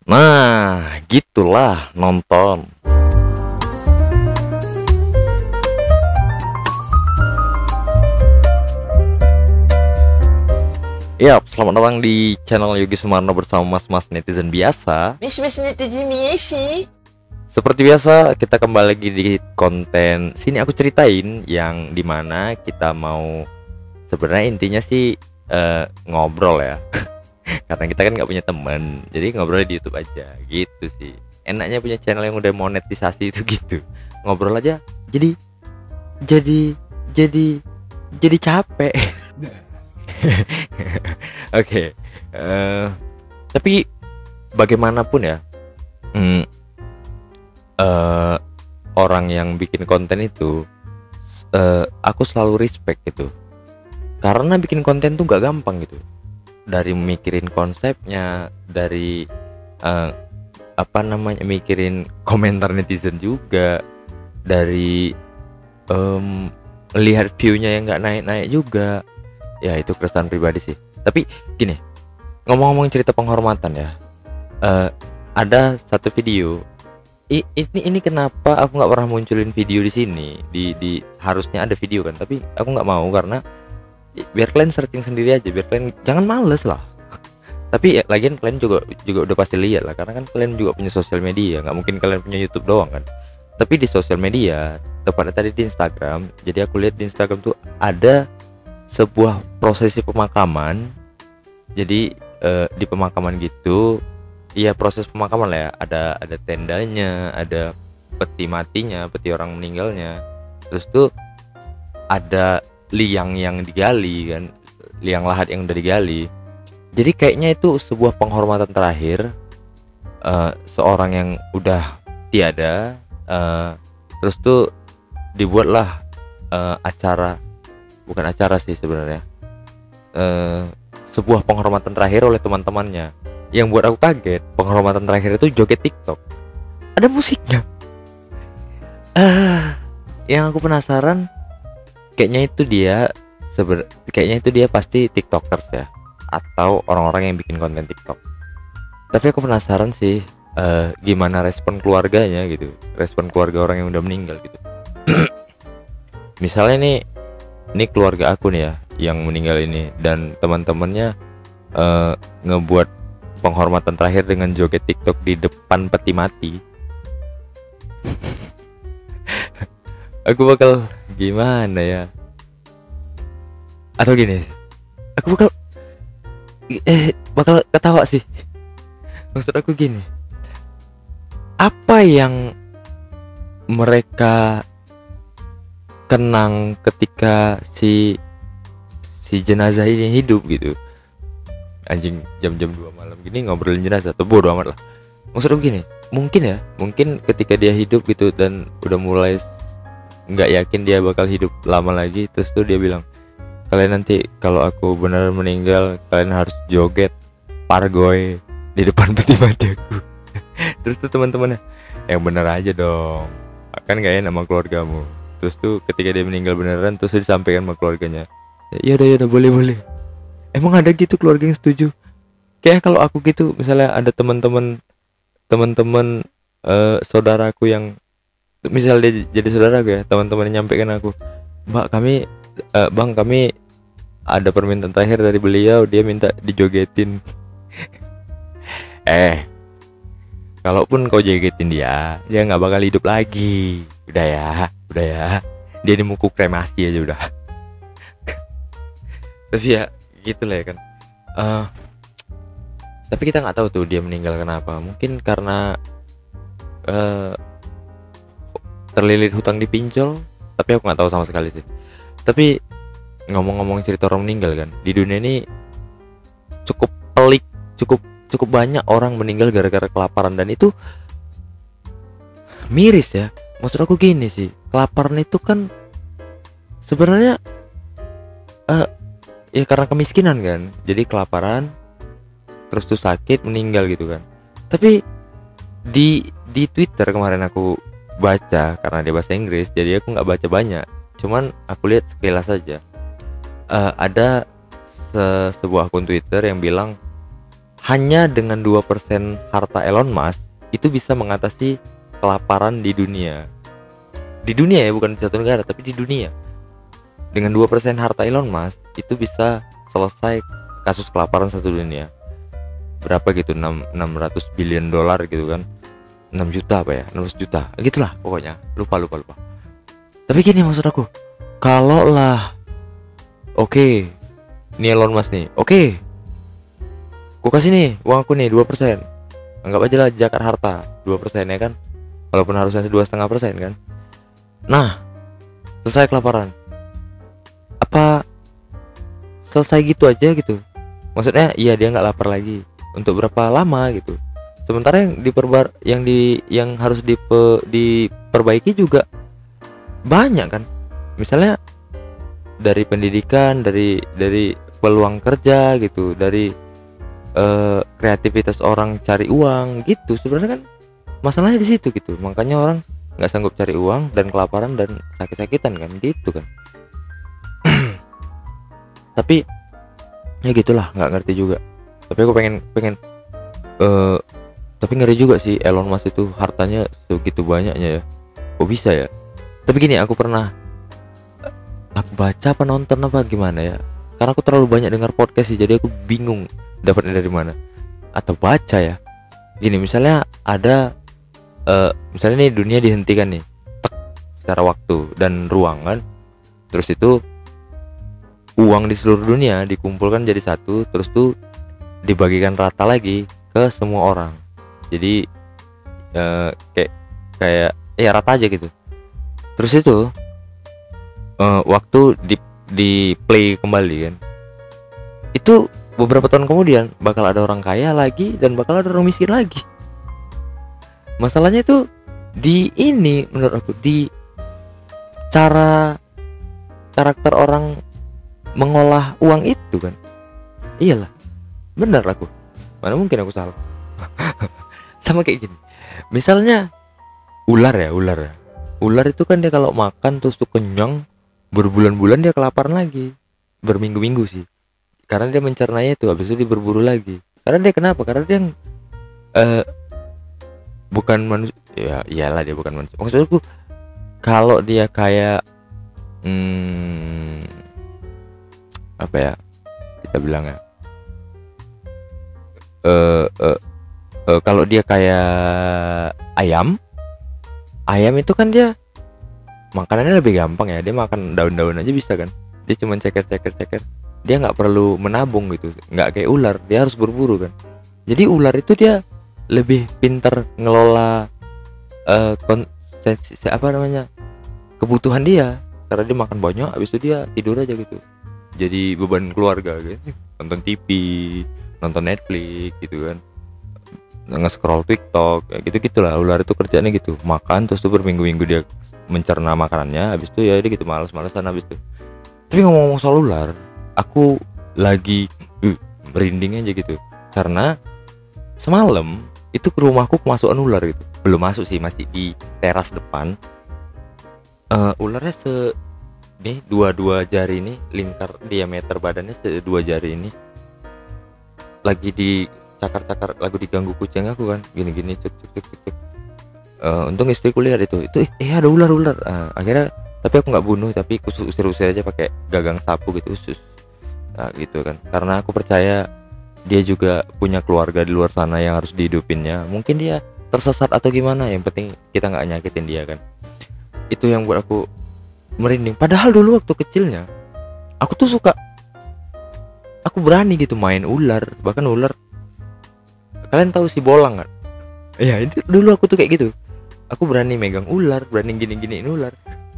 Nah, gitulah nonton. Yap, selamat datang di channel Yogi Sumarno bersama mas-mas netizen biasa. Mas netizen sih. Seperti biasa, kita kembali lagi di konten sini aku ceritain, yang dimana kita mau sebenarnya intinya sih ngobrol ya. Karena kita kan nggak punya teman, jadi ngobrol di YouTube aja gitu sih. Enaknya punya channel yang udah monetisasi itu gitu. Ngobrol aja jadi jadi jadi jadi capek. Oke, tapi bagaimanapun ya, mm, eh, orang yang bikin konten itu, aku selalu respect gitu, karena bikin konten tuh gak gampang gitu. Dari mikirin konsepnya, dari eh, mikirin komentar netizen juga, dari lihat viewnya yang nggak naik-naik juga. Ya itu keresahan pribadi sih. Tapi gini, ngomong-ngomong cerita penghormatan ya, ada satu video. Ini kenapa aku nggak pernah munculin video di sini? Di harusnya ada video kan, tapi aku nggak mau karena biar kalian searching sendiri aja, biar kalian jangan males lah. Tapi ya, lagian kalian juga udah pasti lihat lah, karena kan kalian juga punya sosial media, nggak mungkin kalian punya YouTube doang kan. Tapi di sosial media, tepatnya tadi di Instagram. Jadi aku lihat di Instagram tuh ada sebuah prosesi pemakaman. Jadi di pemakaman gitu, iya proses pemakaman lah ya, ada tendanya, ada peti matinya, peti orang meninggalnya, terus tuh ada liang yang digali kan, liang lahat yang udah digali. Jadi kayaknya itu sebuah penghormatan terakhir seorang yang udah tiada. Terus tuh dibuatlah acara, bukan acara sih sebenarnya, sebuah penghormatan terakhir oleh teman-temannya. Yang buat aku kaget, penghormatan terakhir itu joget TikTok, ada musiknya. Yang aku penasaran, kayaknya itu dia kayaknya itu dia pasti TikTokers ya, atau orang-orang yang bikin konten TikTok. Tapi aku penasaran sih, gimana respon keluarganya gitu, respon keluarga orang yang udah meninggal gitu. Misalnya nih, ini keluarga aku nih ya yang meninggal ini, dan teman-temannya ngebuat penghormatan terakhir dengan joget TikTok di depan peti mati. Aku bakal gimana ya? Atau gini, aku bakal ketawa sih. Maksud aku gini, apa yang mereka kenang ketika si jenazah ini hidup gitu. Anjing, jam-jam 2 malam gini ngobrolin jenazah tuh bodo amat lah. Maksud aku gini, mungkin ketika dia hidup gitu dan udah mulai nggak yakin dia bakal hidup lama lagi, terus tuh dia bilang, kalian nanti kalau aku benar meninggal, kalian harus joget pargoy di depan peti mati aku. Terus tuh teman-temannya, yang bener aja dong, kan gak enak sama keluargamu. Terus tuh ketika dia meninggal beneran, terus disampaikan sama keluarganya, ya udah boleh. Emang ada gitu keluarga yang setuju? Kayak kalau aku gitu, misalnya ada teman-teman saudaraku yang misal dia jadi saudaraku ya, teman-teman nyampaikan aku, bang kami ada permintaan terakhir dari beliau, dia minta dijogetin. Kalaupun kau jogetin dia nggak bakal hidup lagi. Udah ya, dia ini muku kremasi aja udah. Tapi ya gitulah ya kan. Tapi kita nggak tahu tuh dia meninggal kenapa. Mungkin karena terlilit hutang di pinjol, tapi aku nggak tahu sama sekali sih. Tapi ngomong-ngomong cerita orang meninggal kan, di dunia ini cukup pelik, cukup banyak orang meninggal gara-gara kelaparan, dan itu miris ya. Maksud aku gini sih, kelaparan itu kan sebenarnya ya karena kemiskinan kan, jadi kelaparan terus tuh sakit meninggal gitu kan. Tapi di Twitter kemarin aku baca, karena dia bahasa Inggris jadi aku nggak baca banyak, cuman aku lihat sekilas saja. Ada sebuah akun Twitter yang bilang hanya dengan 2% harta Elon Musk itu bisa mengatasi kelaparan di dunia. Di dunia ya, bukan di satu negara, tapi di dunia. Dengan 2% harta Elon Musk itu bisa selesai kasus kelaparan satu dunia. Berapa gitu, 600 billion dolar gitu kan. 6 juta apa ya, 600 juta gitulah pokoknya, lupa. Tapi gini maksud aku, kalau lah oke, ini Elon Musk nih, oke, aku kasih nih uang aku nih 2%, anggap aja lah zakat harta 2% ya kan, walaupun harusnya 2,5% kan. Nah, selesai kelaparan, apa selesai gitu aja gitu? Maksudnya iya, dia nggak lapar lagi untuk berapa lama gitu. Sementara yang harus diperbaiki juga banyak kan. Misalnya dari pendidikan, dari peluang kerja gitu, dari kreativitas orang cari uang gitu. Sebenarnya kan masalahnya di situ gitu. Makanya orang nggak sanggup cari uang dan kelaparan dan sakit-sakitan kan gitu kan. Tapi ya gitulah, nggak ngerti juga. Tapi aku pengen tapi ngeri juga sih Elon Musk itu hartanya segitu banyaknya ya. Kok bisa ya? Tapi gini, aku baca apa nonton apa gimana ya? Karena aku terlalu banyak dengar podcast sih, jadi aku bingung dapatnya dari mana. Atau baca ya. Gini, misalnya ada misalnya nih dunia dihentikan nih, secara waktu dan ruang kan. Terus itu uang di seluruh dunia dikumpulkan jadi satu, terus tuh dibagikan rata lagi ke semua orang. Jadi kayak ya rata aja gitu. Terus itu waktu di play kembali kan, itu beberapa tahun kemudian bakal ada orang kaya lagi dan bakal ada orang miskin lagi. Masalahnya itu di ini, menurut aku, di cara karakter orang mengolah uang itu kan. Iyalah, benar aku, mana mungkin aku salah. Sama kayak gini, misalnya ular itu kan dia kalau makan terus tuh kenyang, berbulan-bulan dia kelaparan lagi, berminggu-minggu sih, karena dia mencernanya itu, habis itu dia berburu lagi. Karena dia kenapa? Karena dia bukan manusia ya, iyalah dia bukan manusia. Maksudku kalau dia kayak apa ya kita bilang ya, kalau dia kayak ayam itu kan dia makanannya lebih gampang ya, dia makan daun-daun aja bisa kan, dia cuma ceker, dia nggak perlu menabung gitu, nggak kayak ular, dia harus berburu kan. Jadi ular itu dia lebih pintar ngelola kebutuhan dia, karena dia makan banyak, habis itu dia tidur aja gitu, jadi beban keluarga gitu, nonton TV, nonton Netflix gitu kan, nge-scroll TikTok kayak gitu-gitulah. Ular itu kerjanya gitu, makan terus tuh berminggu-minggu dia mencerna makanannya, habis itu ya dia gitu malas-malasan habis itu. Tapi ngomong-ngomong soal ular, aku lagi merinding aja gitu, karena semalam itu ke rumahku kemasukan ular gitu. Belum masuk sih, masih di teras depan. Ularnya nih dua jari ini, lingkar diameter badannya dua jari ini, lagi di cakar-cakar, lagu diganggu kucing aku kan, gini cek. Untung istriku lihat itu ada ular. Akhirnya tapi aku nggak bunuh, tapi usir aja pakai gagang sapu gitu, usus. Nah gitu kan, karena aku percaya dia juga punya keluarga di luar sana yang harus dihidupinnya. Mungkin dia tersesat atau gimana, yang penting kita nggak nyakitin dia kan. Itu yang buat aku merinding. Padahal dulu waktu kecilnya aku tuh aku berani gitu main ular, bahkan ular, kalian tahu si bolang kan? Ya itu dulu aku tuh kayak gitu, aku berani megang ular, berani gini-giniin ular.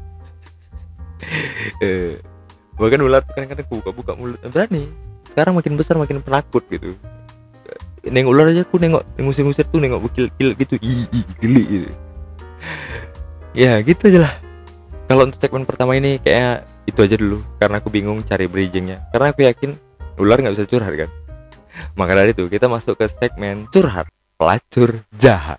Bahkan ular kadang-kadang aku buka mulut, berani. Sekarang makin besar makin penakut gitu, nengok ular aja aku ngusir tuh, nengok bukil gitu, geli gitu. Ya gitu aja lah. Kalau untuk segmen pertama ini kayaknya itu aja dulu, karena aku bingung cari bridgingnya, karena aku yakin ular nggak bisa curhat kan. Maka dari itu kita masuk ke segmen curhat pelacur jahat.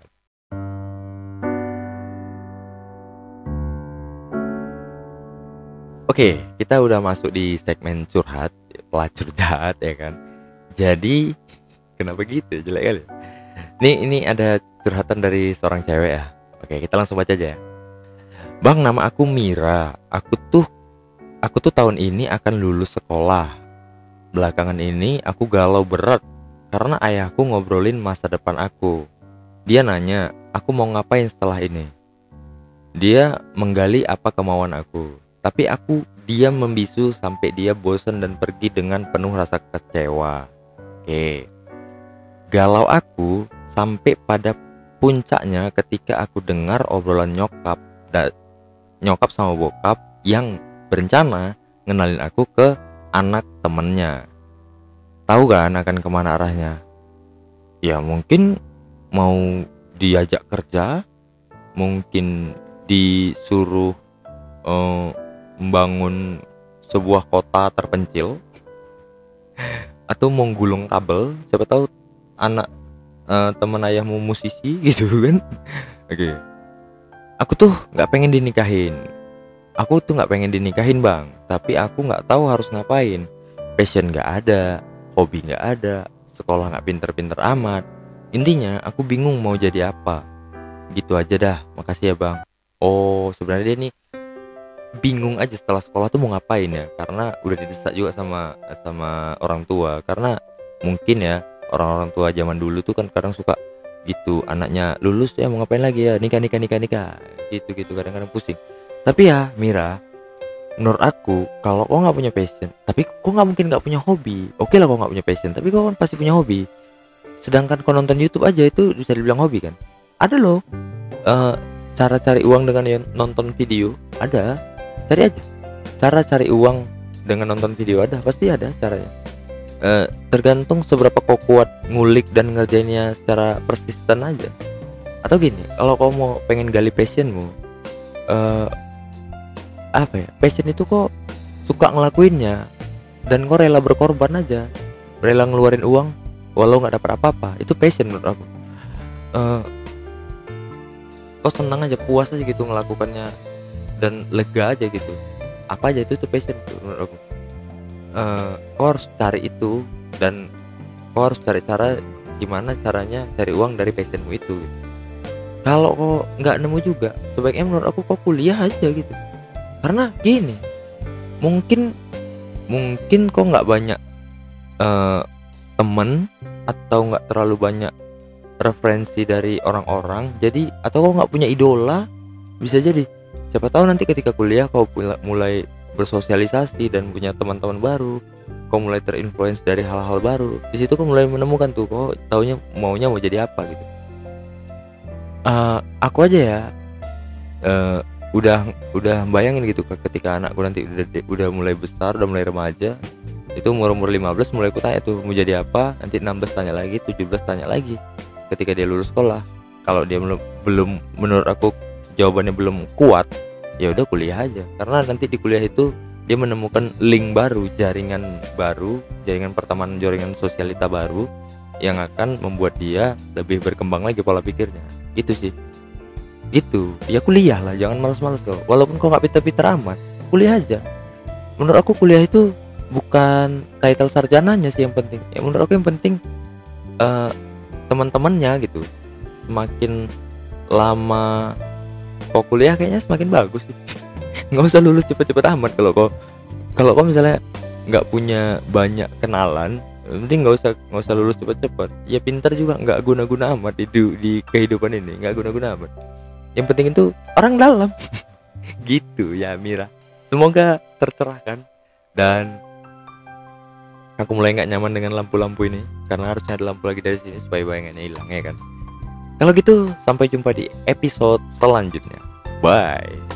Oke, kita udah masuk di segmen curhat pelacur jahat ya kan. Jadi Kenapa gitu? Jelek kali. Ini ada curhatan dari seorang cewek ya. Oke, kita langsung baca aja ya. Bang, nama aku Mira. Aku tuh tahun ini akan lulus sekolah. Belakangan ini aku galau berat karena ayahku ngobrolin masa depan aku. Dia nanya, aku mau ngapain setelah ini? Dia menggali apa kemauan aku. Tapi aku diam membisu sampai dia bosan dan pergi dengan penuh rasa kecewa. Oke. Galau aku sampai pada puncaknya ketika aku dengar obrolan nyokap sama bokap yang berencana ngenalin aku ke anak temennya. Tahu kan akan kemana arahnya? Ya mungkin mau diajak kerja, mungkin disuruh membangun sebuah kota terpencil, atau mau gulung kabel. Siapa tahu anak teman ayahmu musisi gitu kan. Oke. Aku tuh nggak pengen dinikahin bang, tapi aku nggak tahu harus ngapain. Passion nggak ada, hobi nggak ada, sekolah nggak pinter-pinter amat. Intinya aku bingung mau jadi apa. Gitu aja dah, makasih ya bang. Oh, sebenarnya dia nih bingung aja setelah sekolah tuh mau ngapain ya, karena udah didesak juga sama orang tua. Karena mungkin ya orang-orang tua zaman dulu tuh kan kadang suka gitu, anaknya lulus ya mau ngapain lagi ya, nikah gitu kadang-kadang pusing. Tapi ya Mira, menurut aku kalau kau nggak punya passion, tapi kau nggak mungkin nggak punya hobi. Oke lah kau nggak punya passion, tapi kau kan pasti punya hobi. Sedangkan kau nonton YouTube aja itu bisa dibilang hobi kan. Ada loh cara cari uang dengan nonton video. Ada, cari aja cara cari uang dengan nonton video, ada, pasti ada caranya. Tergantung seberapa kau kuat ngulik dan ngerjainnya secara persisten aja. Atau gini, kalau kau mau pengen gali passionmu, passion itu kok suka ngelakuinnya dan kok rela berkorban aja, rela ngeluarin uang walau nggak dapat apa-apa, itu passion menurut aku. Kok senang aja, puas aja gitu ngelakukannya dan lega aja gitu, apa aja itu passion menurut aku. Kau harus cari itu, dan kau harus cari cara gimana caranya cari uang dari passionmu itu. Kalau kau nggak nemu juga, sebaiknya menurut aku kau kuliah aja gitu. Karena gini, mungkin kau nggak banyak temen, atau nggak terlalu banyak referensi dari orang-orang, jadi atau kau nggak punya idola, bisa jadi. Siapa tahu nanti ketika kuliah kau mulai bersosialisasi dan punya teman-teman baru, kau mulai terinfluence dari hal-hal baru. Di situ kau mulai menemukan tuh kau taunya maunya mau jadi apa gitu. Aku aja ya udah bayangin gitu ketika anakku nanti udah mulai besar, udah mulai remaja, itu umur 15 mulai aku tanya tuh mau jadi apa, nanti 16 tanya lagi, 17 tanya lagi ketika dia lulus sekolah. Kalau dia belum menurut aku jawabannya belum kuat, ya udah kuliah aja, karena nanti di kuliah itu dia menemukan link baru, jaringan pertemanan, jaringan sosialita baru yang akan membuat dia lebih berkembang lagi pola pikirnya. Itu sih, gitu ya, kuliah lah, jangan malas-malas kok. Walaupun kau nggak pinter-pinter amat, kuliah aja. Menurut aku kuliah itu bukan title sarjananya sih yang penting ya, menurut aku yang penting teman-temannya gitu. Semakin lama kau kuliah kayaknya semakin bagus sih. Nggak usah lulus cepet-cepet amat. Kalau kau misalnya nggak punya banyak kenalan, mending nggak usah lulus cepet-cepet. Ya pintar juga nggak guna-guna amat di kehidupan ini, nggak guna-guna amat. Yang penting itu orang dalam. Gitu ya Mira, semoga tercerahkan. Dan aku mulai nggak nyaman dengan lampu-lampu ini, karena harusnya ada lampu lagi dari sini supaya bayangannya hilang ya kan. Kalau gitu sampai jumpa di episode selanjutnya. Bye.